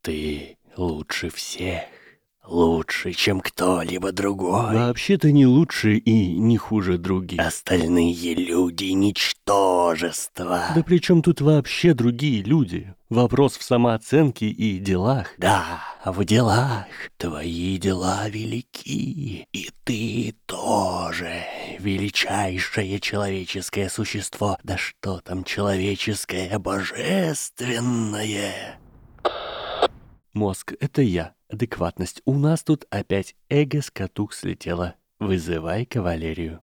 Ты лучше всех. Лучше, чем кто-либо другой. Вообще-то не лучше и не хуже других. Остальные люди — ничтожество. Да при чем тут вообще другие люди? Вопрос в самооценке и делах. Да, в делах. Твои дела велики, и ты тоже величайшее человеческое существо. Да что там человеческое, божественное. Мозг — это я. Адекватность. У нас тут опять эго с катух слетело. Вызывай кавалерию.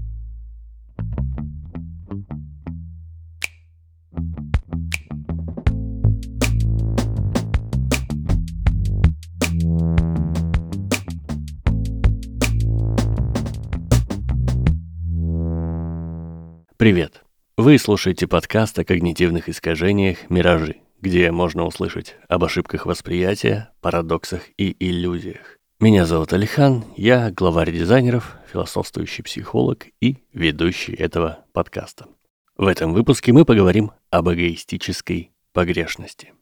Привет! Вы слушаете подкаст о когнитивных искажениях «Миражи», где можно услышать об ошибках восприятия, парадоксах и иллюзиях. Меня зовут Алихан, я главарь дизайнеров, философствующий психолог и ведущий этого подкаста. В этом выпуске мы поговорим об эгоистической погрешности.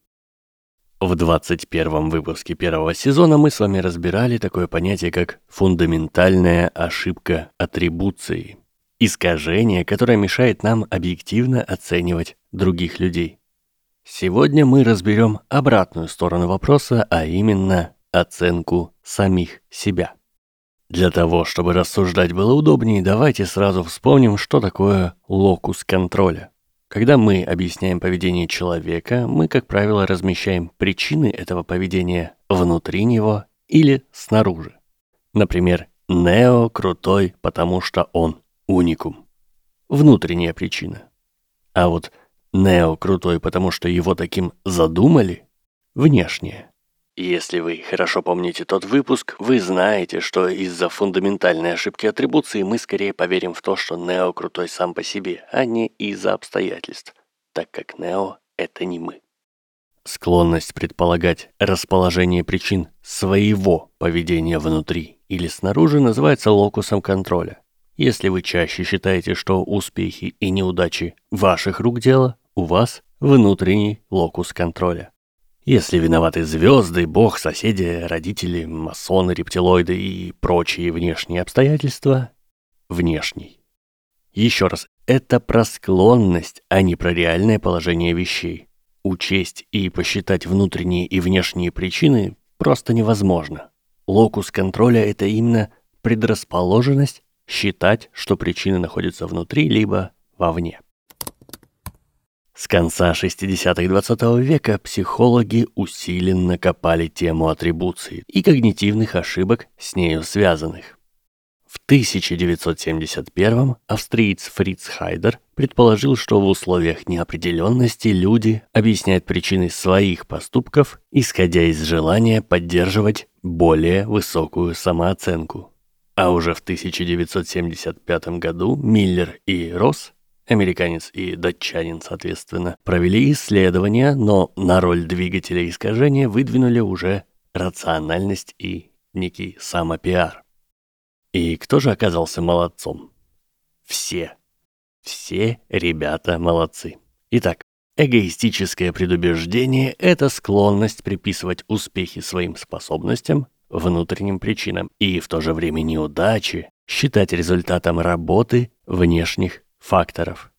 В 21-м выпуске первого сезона мы с вами разбирали такое понятие, как фундаментальная ошибка атрибуции. Искажение, которое мешает нам объективно оценивать других людей. Сегодня мы разберем обратную сторону вопроса, а именно оценку самих себя. Для того, чтобы рассуждать было удобнее, давайте сразу вспомним, что такое локус контроля. Когда мы объясняем поведение человека, мы, как правило, размещаем причины этого поведения внутри него или снаружи. Например, Нео крутой, потому что он уникум. Внутренняя причина. А вот Нео крутой, потому что его таким задумали, внешняя. Если вы хорошо помните тот выпуск, вы знаете, что из-за фундаментальной ошибки атрибуции мы скорее поверим в то, что Нео крутой сам по себе, а не из-за обстоятельств, так как Нео — это не мы. Склонность предполагать расположение причин своего поведения внутри или снаружи называется локусом контроля. Если вы чаще считаете, что успехи и неудачи ваших рук дело, у вас внутренний локус контроля. Если виноваты звезды, бог, соседи, родители, масоны, рептилоиды и прочие внешние обстоятельства, внешний. Еще раз, это про склонность, а не про реальное положение вещей. Учесть и посчитать внутренние и внешние причины просто невозможно. Локус контроля — это именно предрасположенность считать, что причины находятся внутри либо вовне. С конца 60-х 20 века психологи усиленно копали тему атрибуции и когнитивных ошибок с нею связанных. В 1971-м австриец Фриц Хайдер предположил, что в условиях неопределенности люди объясняют причины своих поступков, исходя из желания поддерживать более высокую самооценку. А уже в 1975 году Миллер и Росс, американец и датчанин, соответственно, провели исследования, но на роль двигателя искажения выдвинули уже рациональность и некий самопиар. И кто же оказался молодцом? Все. Все ребята молодцы. Итак, эгоистическое предубеждение — это склонность приписывать успехи своим способностям, внутренним причинам, и в то же время неудачи считать результатом работы внешних факторов.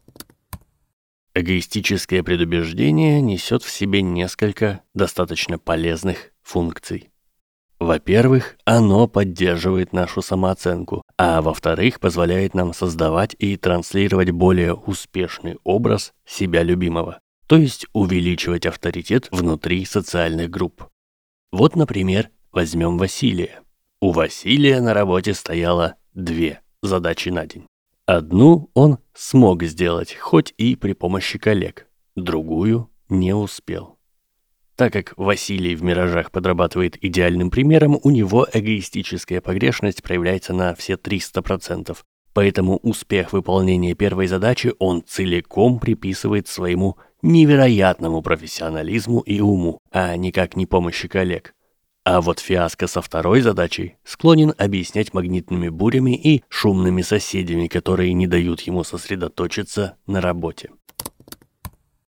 Эгоистическое предубеждение несет в себе несколько достаточно полезных функций. Во-первых, оно поддерживает нашу самооценку, а во-вторых, позволяет нам создавать и транслировать более успешный образ себя любимого, то есть увеличивать авторитет внутри социальных групп. Вот, например, возьмем Василия. У Василия на работе стояло 2 задачи на день. Одну он смог сделать, хоть и при помощи коллег, другую не успел. Так как Василий в «Миражах» подрабатывает идеальным примером, у него эгоистическая погрешность проявляется на все 300%. Поэтому успех выполнения первой задачи он целиком приписывает своему невероятному профессионализму и уму, а никак не помощи коллег. А вот фиаско со второй задачей склонен объяснять магнитными бурями и шумными соседями, которые не дают ему сосредоточиться на работе.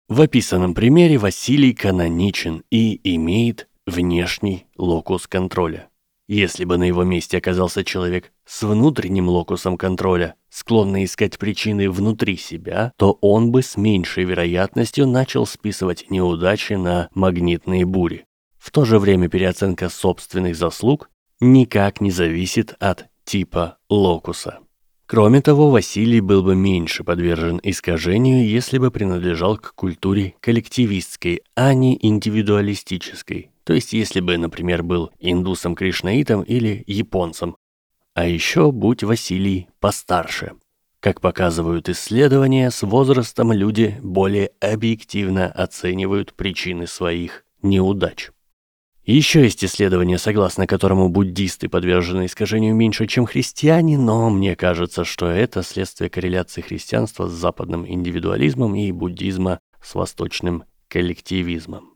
В описанном примере Василий каноничен и имеет внешний локус контроля. Если бы на его месте оказался человек с внутренним локусом контроля, склонный искать причины внутри себя, то он бы с меньшей вероятностью начал списывать неудачи на магнитные бури. В то же время переоценка собственных заслуг никак не зависит от типа локуса. Кроме того, Василий был бы меньше подвержен искажению, если бы принадлежал к культуре коллективистской, а не индивидуалистической. То есть, если бы, например, был индусом-кришнаитом или японцем. А еще будь Василий постарше. Как показывают исследования, с возрастом люди более объективно оценивают причины своих неудач. Еще есть исследование, согласно которому буддисты подвержены искажению меньше, чем христиане, но мне кажется, что это следствие корреляции христианства с западным индивидуализмом и буддизма с восточным коллективизмом.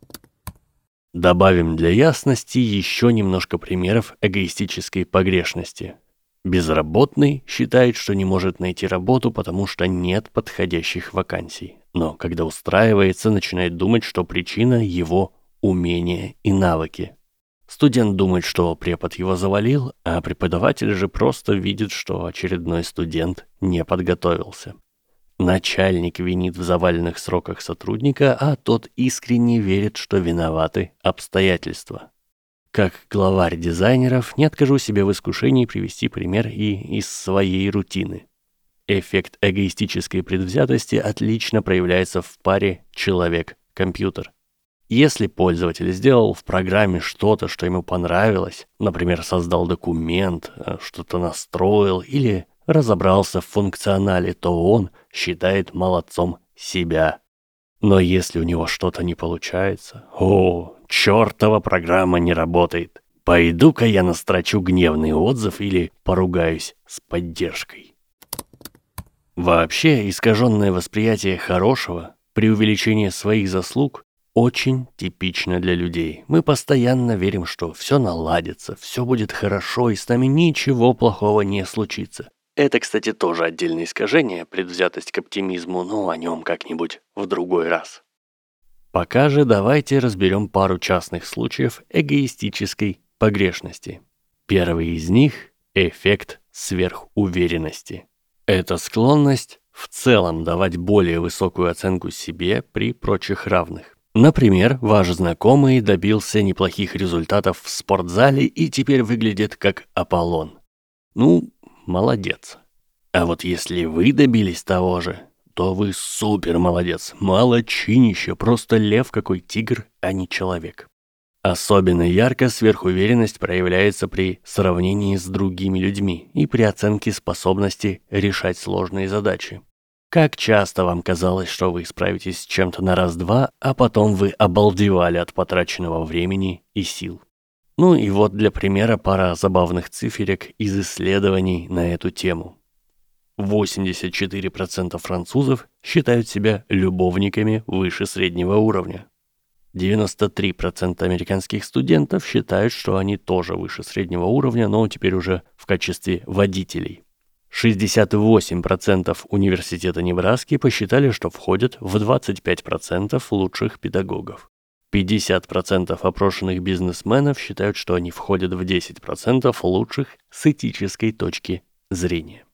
Добавим для ясности еще немножко примеров эгоистической погрешности. Безработный считает, что не может найти работу, потому что нет подходящих вакансий. Но когда устраивается, начинает думать, что причина его умения и навыки. Студент думает, что препод его завалил, а преподаватель же просто видит, что очередной студент не подготовился. Начальник винит в заваленных сроках сотрудника, а тот искренне верит, что виноваты обстоятельства. Как главарь дизайнеров не откажу себе в искушении привести пример и из своей рутины. Эффект эгоистической предвзятости отлично проявляется в паре человек-компьютер. Если пользователь сделал в программе что-то, что ему понравилось, например, создал документ, что-то настроил или разобрался в функционале, то он считает молодцом себя. Но если у него что-то не получается, чертова программа не работает. Пойду-ка я настрочу гневный отзыв или поругаюсь с поддержкой. Вообще, искаженное восприятие хорошего, преувеличение своих заслуг очень типично для людей. Мы постоянно верим, что все наладится, все будет хорошо и с нами ничего плохого не случится. Это, кстати, тоже отдельное искажение, предвзятость к оптимизму, но о нем как-нибудь в другой раз. Пока же давайте разберем пару частных случаев эгоистической погрешности. Первый из них – эффект сверхуверенности. Это склонность в целом давать более высокую оценку себе при прочих равных. Например, ваш знакомый добился неплохих результатов в спортзале и теперь выглядит как Аполлон. Молодец. А вот если вы добились того же, то вы супер молодец, молодчинище, просто лев какой тигр, а не человек. Особенно ярко сверхуверенность проявляется при сравнении с другими людьми и при оценке способности решать сложные задачи. Как часто вам казалось, что вы справитесь с чем-то на раз-два, а потом вы обалдевали от потраченного времени и сил. И вот для примера пара забавных циферек из исследований на эту тему. 84% французов считают себя любовниками выше среднего уровня. 93% американских студентов считают, что они тоже выше среднего уровня, но теперь уже в качестве водителей. 68% университета Небраски посчитали, что входят в 25% лучших педагогов. 50% опрошенных бизнесменов считают, что они входят в 10% лучших с этической точки зрения.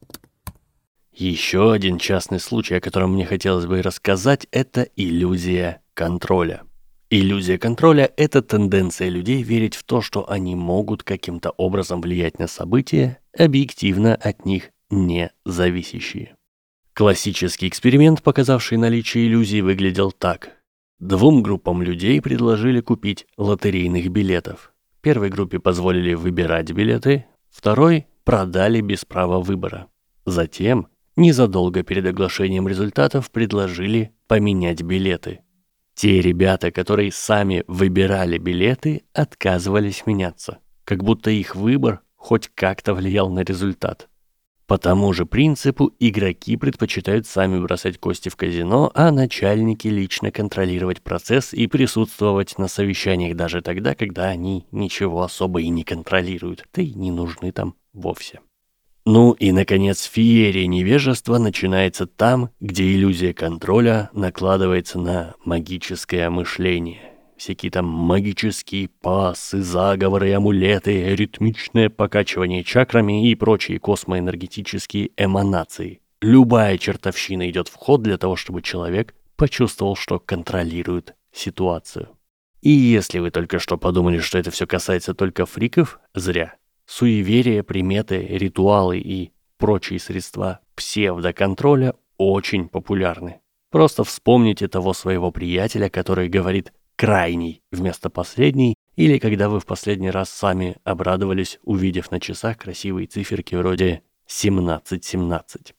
Еще один частный случай, о котором мне хотелось бы рассказать, это иллюзия контроля. Иллюзия контроля – это тенденция людей верить в то, что они могут каким-то образом влиять на события, объективно от них не зависящие. Классический эксперимент, показавший наличие иллюзий, выглядел так. Двум группам людей предложили купить лотерейных билетов. Первой группе позволили выбирать билеты, второй продали без права выбора. Затем, незадолго перед оглашением результатов, предложили поменять билеты. Те ребята, которые сами выбирали билеты, отказывались меняться, как будто их выбор хоть как-то влиял на результат. По тому же принципу игроки предпочитают сами бросать кости в казино, а начальники лично контролировать процесс и присутствовать на совещаниях даже тогда, когда они ничего особо и не контролируют, да и не нужны там вовсе. Ну и, наконец, феерия невежества начинается там, где иллюзия контроля накладывается на магическое мышление. Всякие там магические пассы, заговоры, амулеты, ритмичное покачивание чакрами и прочие космоэнергетические эманации. Любая чертовщина идет в ход для того, чтобы человек почувствовал, что контролирует ситуацию. И если вы только что подумали, что это все касается только фриков, зря. Суеверия, приметы, ритуалы и прочие средства псевдоконтроля очень популярны. Просто вспомните того своего приятеля, который говорит «крайний» вместо «последний», или когда вы в последний раз сами обрадовались, увидев на часах красивые циферки вроде 17:17.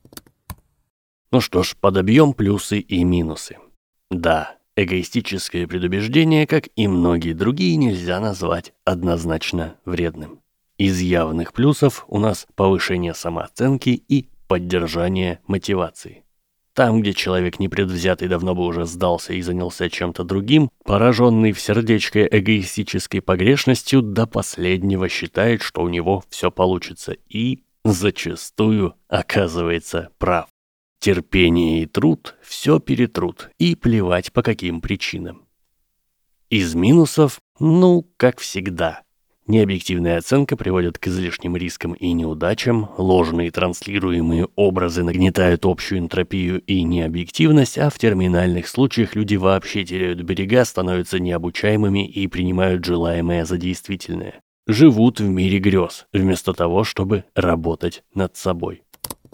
Ну что ж, подобьем плюсы и минусы. Да, эгоистическое предубеждение, как и многие другие, нельзя назвать однозначно вредным. Из явных плюсов у нас повышение самооценки и поддержание мотивации. Там, где человек непредвзятый давно бы уже сдался и занялся чем-то другим, пораженный в сердечко эгоистической погрешностью, до последнего считает, что у него все получится, и зачастую оказывается прав. Терпение и труд все перетрут, и плевать по каким причинам. Из минусов, как всегда. Необъективная оценка приводит к излишним рискам и неудачам, ложные транслируемые образы нагнетают общую энтропию и необъективность, а в терминальных случаях люди вообще теряют берега, становятся необучаемыми и принимают желаемое за действительное. Живут в мире грез, вместо того, чтобы работать над собой.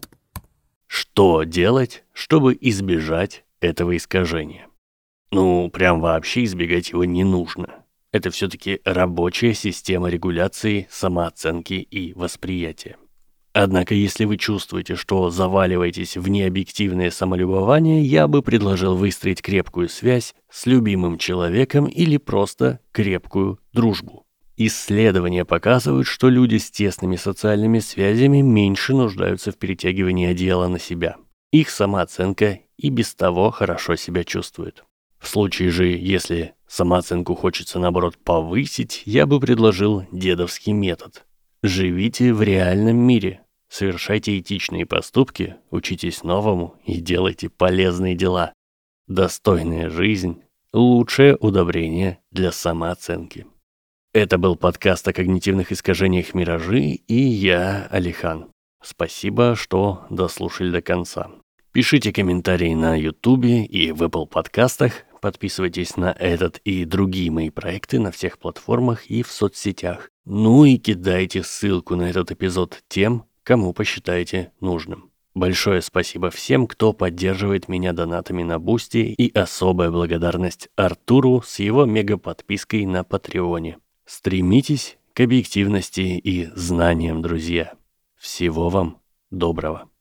Что делать, чтобы избежать этого искажения? Прям вообще избегать его не нужно. Это все-таки рабочая система регуляции, самооценки и восприятия. Однако, если вы чувствуете, что заваливаетесь в необъективное самолюбование, я бы предложил выстроить крепкую связь с любимым человеком или просто крепкую дружбу. Исследования показывают, что люди с тесными социальными связями меньше нуждаются в перетягивании одеяла на себя. Их самооценка и без того хорошо себя чувствует. В случае же, если самооценку хочется, наоборот, повысить, я бы предложил дедовский метод. Живите в реальном мире, совершайте этичные поступки, учитесь новому и делайте полезные дела. Достойная жизнь – лучшее удобрение для самооценки. Это был подкаст о когнитивных искажениях «Миражи», и я, Алихан. Спасибо, что дослушали до конца. Пишите комментарии на YouTube и в Apple подкастах. Подписывайтесь на этот и другие мои проекты на всех платформах и в соцсетях. И кидайте ссылку на этот эпизод тем, кому посчитаете нужным. Большое спасибо всем, кто поддерживает меня донатами на Бусти, и особая благодарность Артуру с его мега-подпиской на Патреоне. Стремитесь к объективности и знаниям, друзья. Всего вам доброго.